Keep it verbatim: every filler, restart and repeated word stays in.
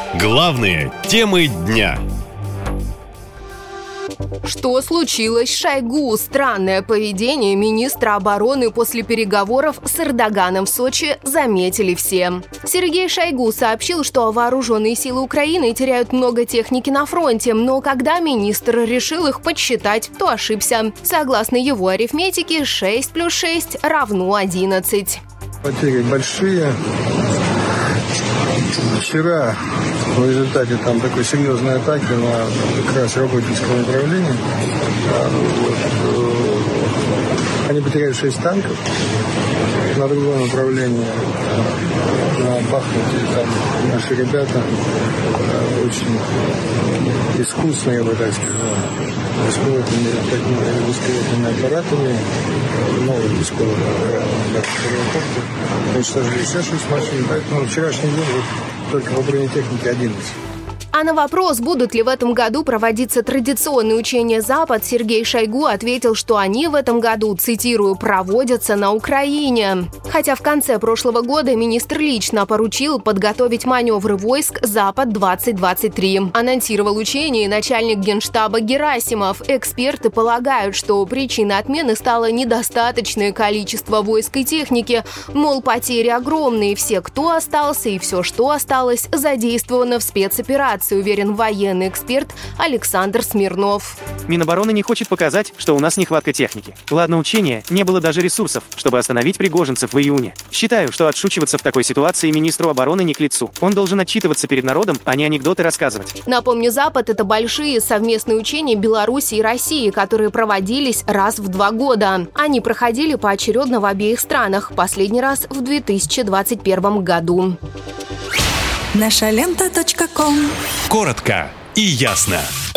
Главные темы дня. Что случилось с Шойгу? Странное поведение министра обороны после переговоров с Эрдоганом в Сочи заметили все. Сергей Шойгу сообщил, что вооруженные силы Украины теряют много техники на фронте, но когда министр решил их подсчитать, то ошибся. Согласно его арифметике, шесть плюс шесть равно одиннадцать. Потери большие. Вчера в результате там такой серьезной атаки на как раз Работинское направление они потеряли шесть танков. На другом направлении, на Бахмуте, там наши ребята очень искусно, я бы так сказал, беспилотными, беспилотными аппаратами, новые беспилотные аппараты, уничтожили все шесть машин, поэтому вчерашний день вот только по бронетехнике одиннадцать. А на вопрос, будут ли в этом году проводиться традиционные учения «Запад», Сергей Шойгу ответил, что они в этом году, цитирую, «проводятся на Украине». Хотя в конце прошлого года министр лично поручил подготовить маневры войск «Запад-двадцать двадцать три». Анонсировал учения начальник Генштаба Герасимов. Эксперты полагают, что причиной отмены стало недостаточное количество войск и техники. Мол, потери огромные, все, кто остался и все, что осталось, задействовано в спецоперации, уверен военный эксперт Александр Смирнов. Минобороны не хочет показать, что у нас нехватка техники. Ладно, учения, не было даже ресурсов, чтобы остановить пригожинцев в июне. Считаю, что отшучиваться в такой ситуации министру обороны не к лицу. Он должен отчитываться перед народом, а не анекдоты рассказывать. Напомню, Запад – это большие совместные учения Беларуси и России, которые проводились раз в два года. Они проходили поочередно в обеих странах, последний раз в две тысячи двадцать первом году. наша лента точка ком. Коротко и ясно.